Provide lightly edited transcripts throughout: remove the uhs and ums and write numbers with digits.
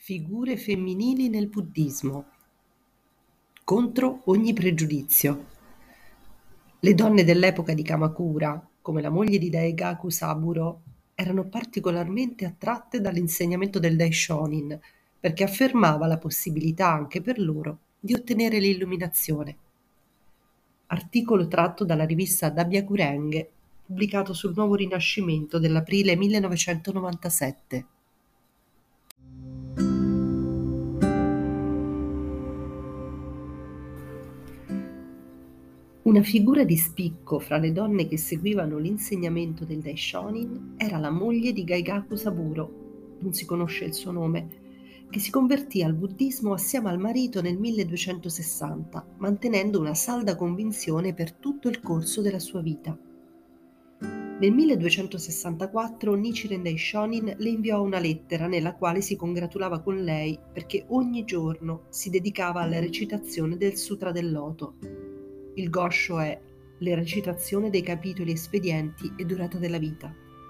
Figure femminili nel buddismo, contro ogni pregiudizio. Le donne dell'epoca di Kamakura, come la moglie di Daigaku Saburo, erano particolarmente attratte dall'insegnamento del Daishonin, perché affermava la possibilità anche per loro di ottenere l'illuminazione. Articolo tratto dalla rivista Dabyakureng, pubblicato sul Nuovo Rinascimento dell'aprile 1997. Una figura di spicco fra le donne che seguivano l'insegnamento del Daishonin era la moglie di Daigaku Saburo, non si conosce il suo nome, che si convertì al buddismo assieme al marito nel 1260, mantenendo una salda convinzione per tutto il corso della sua vita. Nel 1264 Nichiren Daishonin le inviò una lettera nella quale si congratulava con lei perché ogni giorno si dedicava alla recitazione del Sutra del Loto. Il gosho è la recitazione dei capitoli espedienti e durata della vita.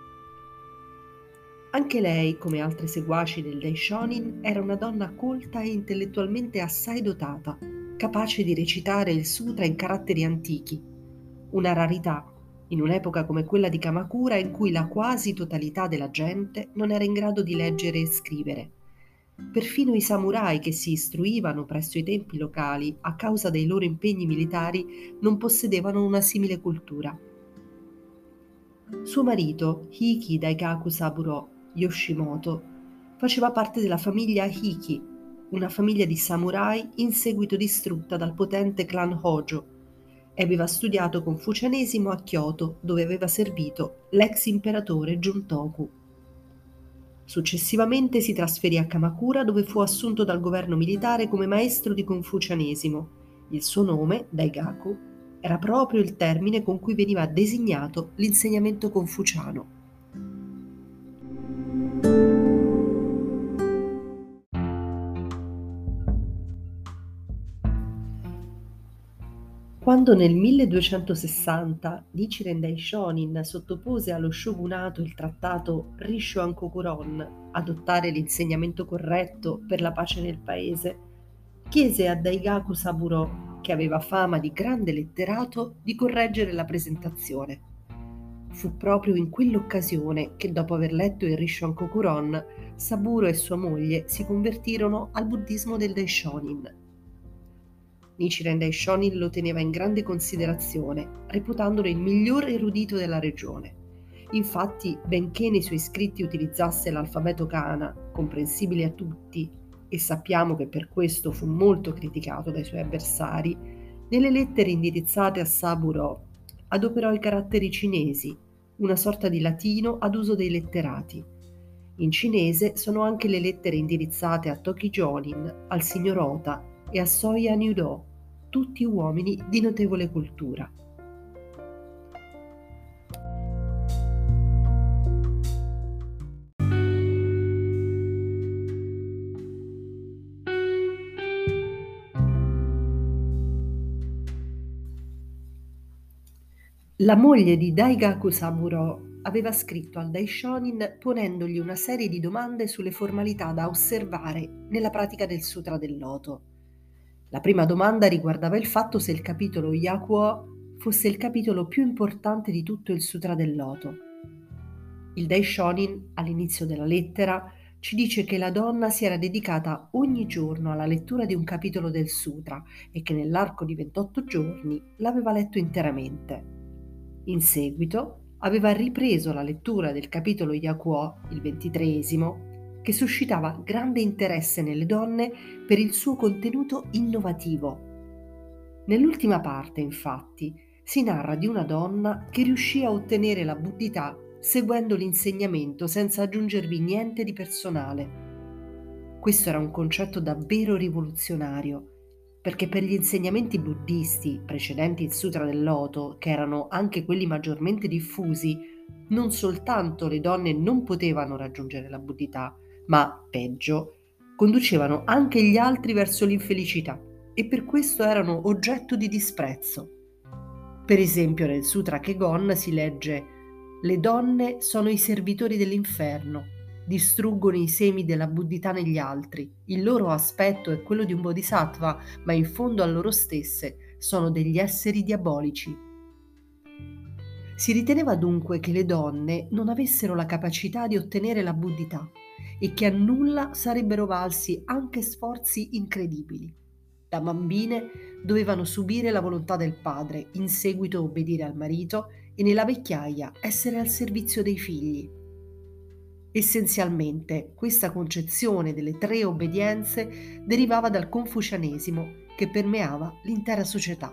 Anche lei, come altre seguaci del Daishonin, era una donna colta e intellettualmente assai dotata, capace di recitare il sutra in caratteri antichi, una rarità in un'epoca come quella di Kamakura in cui la quasi totalità della gente non era in grado di leggere e scrivere. Perfino i samurai che si istruivano presso i templi locali a causa dei loro impegni militari non possedevano una simile cultura. Suo marito, Hiki Daigaku Saburo Yoshimoto, faceva parte della famiglia Hiki, una famiglia di samurai in seguito distrutta dal potente clan Hojo, e aveva studiato confucianesimo a Kyoto, dove aveva servito l'ex imperatore Juntoku. Successivamente si trasferì a Kamakura, dove fu assunto dal governo militare come maestro di confucianesimo. Il suo nome, Daigaku, era proprio il termine con cui veniva designato l'insegnamento confuciano. Quando nel 1260 Nichiren Daishonin sottopose allo shogunato il trattato Risshoankokuron, adottare l'insegnamento corretto per la pace nel paese, chiese a Daigaku Saburo, che aveva fama di grande letterato, di correggere la presentazione. Fu proprio in quell'occasione che, dopo aver letto il Risshoankokuron, Saburo e sua moglie si convertirono al buddismo del Daishonin. Nichiren Daishonin lo teneva in grande considerazione, reputandolo il miglior erudito della regione. Infatti, benché nei suoi scritti utilizzasse l'alfabeto kana, comprensibile a tutti, e sappiamo che per questo fu molto criticato dai suoi avversari, nelle lettere indirizzate a Saburo adoperò i caratteri cinesi, una sorta di latino ad uso dei letterati. In cinese sono anche le lettere indirizzate a Toki Jonin, al signor Ota e a Soya Nyudo, tutti uomini di notevole cultura. La moglie di Daigaku Saburo aveva scritto al Daishonin ponendogli una serie di domande sulle formalità da osservare nella pratica del Sutra del Loto. La prima domanda riguardava il fatto se il capitolo Yakuo fosse il capitolo più importante di tutto il Sutra del Loto. Il Daishonin, all'inizio della lettera, ci dice che la donna si era dedicata ogni giorno alla lettura di un capitolo del Sutra e che nell'arco di 28 giorni l'aveva letto interamente. In seguito aveva ripreso la lettura del capitolo Yakuo, il 23esimo, che suscitava grande interesse nelle donne per il suo contenuto innovativo. Nell'ultima parte, infatti, si narra di una donna che riuscì a ottenere la buddhità seguendo l'insegnamento senza aggiungervi niente di personale. Questo era un concetto davvero rivoluzionario, perché per gli insegnamenti buddisti precedenti il Sutra del Loto, che erano anche quelli maggiormente diffusi, non soltanto le donne non potevano raggiungere la buddhità, ma, peggio, conducevano anche gli altri verso l'infelicità e per questo erano oggetto di disprezzo. Per esempio nel Sutra Kegon si legge: «Le donne sono i servitori dell'inferno». distruggono i semi della buddhità negli altri. Il loro aspetto è quello di un bodhisattva, ma in fondo a loro stesse sono degli esseri diabolici. Si riteneva dunque che le donne non avessero la capacità di ottenere la buddhità e che a nulla sarebbero valsi anche sforzi incredibili. Da bambine dovevano subire la volontà del padre, in seguito obbedire al marito e nella vecchiaia essere al servizio dei figli. Essenzialmente, questa concezione delle tre obbedienze derivava dal confucianesimo che permeava l'intera società.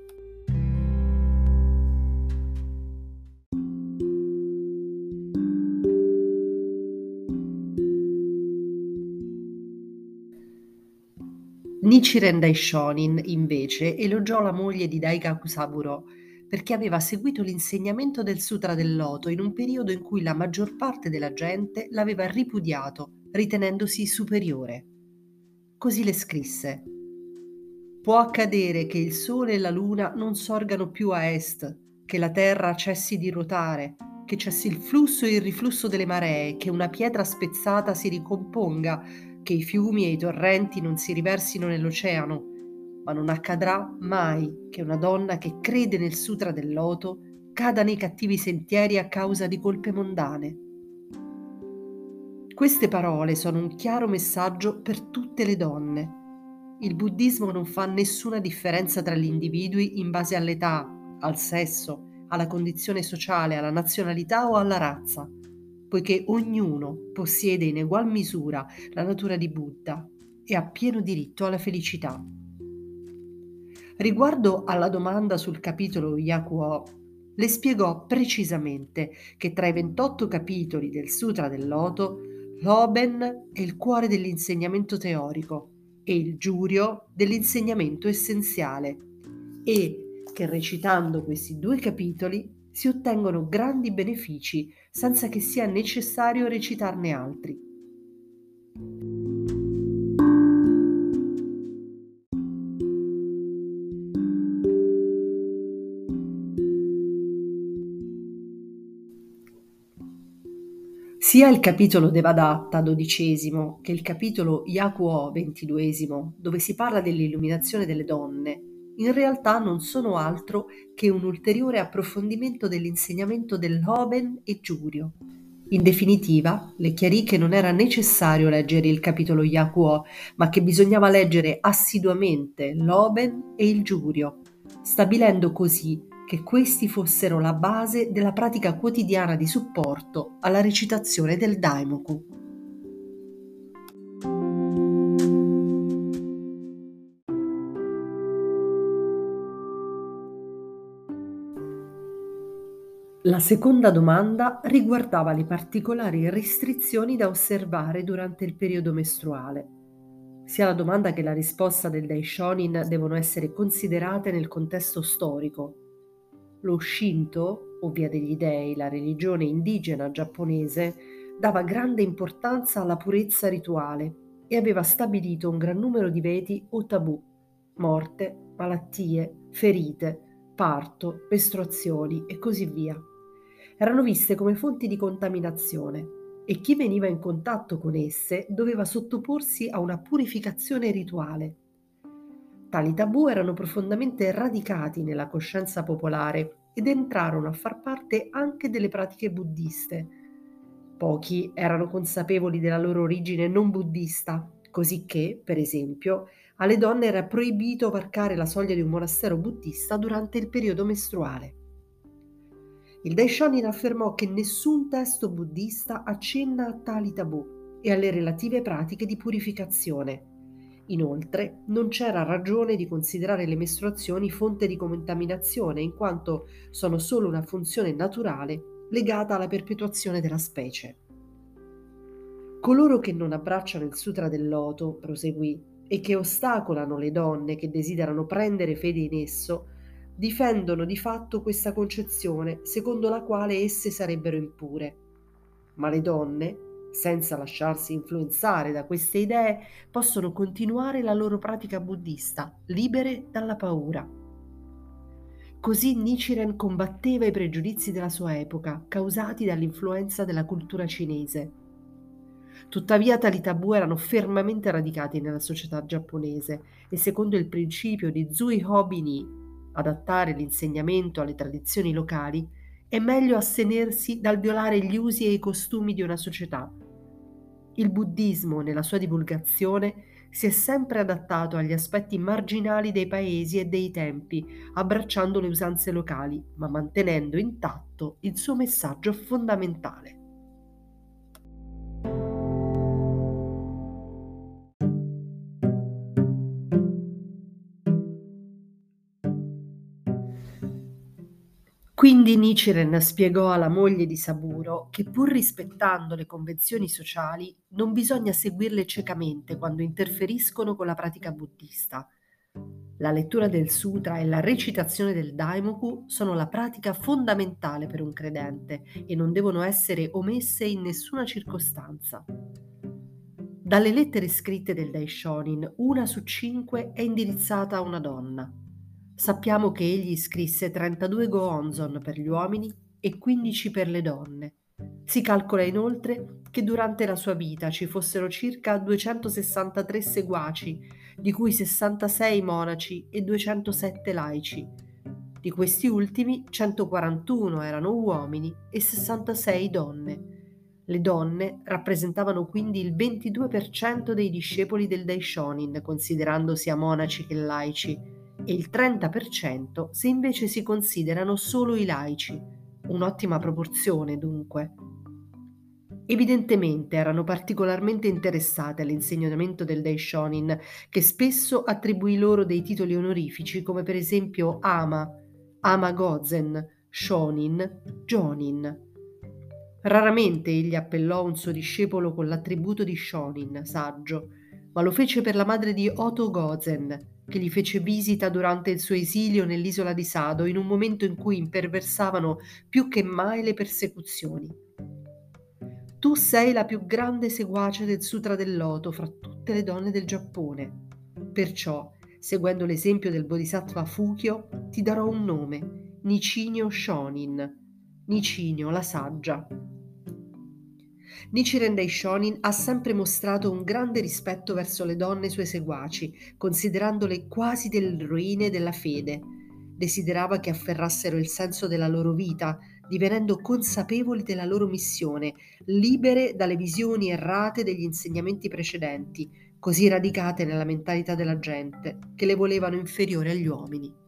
Nichiren Daishonin, invece, elogiò la moglie di Daigaku Saburo perché aveva seguito l'insegnamento del Sutra del Loto in un periodo in cui la maggior parte della gente l'aveva ripudiato, ritenendosi superiore. Così le scrisse: Può accadere che il Sole e la Luna non sorgano più a est, che la Terra cessi di ruotare, che cessi il flusso e il riflusso delle maree, che una pietra spezzata si ricomponga, che i fiumi e i torrenti non si riversino nell'oceano, ma non accadrà mai che una donna che crede nel Sutra del Loto cada nei cattivi sentieri a causa di colpe mondane. Queste parole sono un chiaro messaggio per tutte le donne. Il buddismo non fa nessuna differenza tra gli individui in base all'età, al sesso, alla condizione sociale, alla nazionalità o alla razza, poiché ognuno possiede in egual misura la natura di Buddha e ha pieno diritto alla felicità. Riguardo alla domanda sul capitolo Yakuo, le spiegò precisamente che tra i 28 capitoli del Sutra del Loto, l'Oben è il cuore dell'insegnamento teorico e il Giuryo dell'insegnamento essenziale e che recitando questi due capitoli si ottengono grandi benefici senza che sia necessario recitarne altri. Sia il capitolo Devadatta XII che il capitolo Yakuo XXII, dove si parla dell'illuminazione delle donne, in realtà non sono altro che un ulteriore approfondimento dell'insegnamento dell'Hoben e Giuryo. In definitiva, le chiarì che non era necessario leggere il capitolo Yakuo, ma che bisognava leggere assiduamente l'Hoben e il Giuryo, stabilendo così che questi fossero la base della pratica quotidiana di supporto alla recitazione del Daimoku. La seconda domanda riguardava le particolari restrizioni da osservare durante il periodo mestruale. Sia la domanda che la risposta del Daishonin devono essere considerate nel contesto storico. Lo Shinto, o Via degli Dei, la religione indigena giapponese, dava grande importanza alla purezza rituale e aveva stabilito un gran numero di veti o tabù: morte, malattie, ferite, parto, mestruazioni e così via. Erano viste come fonti di contaminazione e chi veniva in contatto con esse doveva sottoporsi a una purificazione rituale. Tali tabù erano profondamente radicati nella coscienza popolare ed entrarono a far parte anche delle pratiche buddiste. Pochi erano consapevoli della loro origine non buddista, cosicché, per esempio, alle donne era proibito varcare la soglia di un monastero buddista durante il periodo mestruale. Il Daishonin affermò che nessun testo buddista accenna a tali tabù e alle relative pratiche di purificazione. Inoltre, non c'era ragione di considerare le mestruazioni fonte di contaminazione, in quanto sono solo una funzione naturale legata alla perpetuazione della specie. Coloro che non abbracciano il Sutra del Loto, proseguì, e che ostacolano le donne che desiderano prendere fede in esso, difendono di fatto questa concezione secondo la quale esse sarebbero impure. Ma le donne, senza lasciarsi influenzare da queste idee, possono continuare la loro pratica buddista, libere dalla paura. Così Nichiren combatteva i pregiudizi della sua epoca, causati dall'influenza della cultura cinese. Tuttavia tali tabù erano fermamente radicati nella società giapponese e secondo il principio di Zui Hobi ni, adattare l'insegnamento alle tradizioni locali, è meglio astenersi dal violare gli usi e i costumi di una società. Il buddismo, nella sua divulgazione, si è sempre adattato agli aspetti marginali dei paesi e dei tempi, abbracciando le usanze locali, ma mantenendo intatto il suo messaggio fondamentale. Quindi Nichiren spiegò alla moglie di Saburo che pur rispettando le convenzioni sociali non bisogna seguirle ciecamente quando interferiscono con la pratica buddista. La lettura del sutra e la recitazione del Daimoku sono la pratica fondamentale per un credente e non devono essere omesse in nessuna circostanza. Dalle lettere scritte del Daishonin, una su 5 è indirizzata a una donna. Sappiamo che egli scrisse 32 Goonzon per gli uomini e 15 per le donne. Si calcola inoltre che durante la sua vita ci fossero circa 263 seguaci, di cui 66 monaci e 207 laici. Di questi ultimi, 141 erano uomini e 66 donne. Le donne rappresentavano quindi il 22% dei discepoli del Daishonin, considerando sia monaci che laici, e il 30% se invece si considerano solo i laici. Un'ottima proporzione, dunque. Evidentemente erano particolarmente interessate all'insegnamento del Daishonin, che spesso attribuì loro dei titoli onorifici come per esempio Ama, Ama Gozen, Shonin, Jonin. Raramente egli appellò un suo discepolo con l'attributo di Shonin, saggio, ma lo fece per la madre di Oto Gozen, che gli fece visita durante il suo esilio nell'isola di Sado in un momento in cui imperversavano più che mai le persecuzioni. Tu sei la più grande seguace del Sutra del Loto fra tutte le donne del Giappone. Perciò, seguendo l'esempio del Bodhisattva Fukyo, ti darò un nome, Nicinio Shonin, Nicinio la saggia. Nichiren Daishonin ha sempre mostrato un grande rispetto verso le donne sue seguaci, considerandole quasi delle eroine della fede. Desiderava che afferrassero il senso della loro vita, divenendo consapevoli della loro missione, libere dalle visioni errate degli insegnamenti precedenti, così radicate nella mentalità della gente, che le volevano inferiori agli uomini.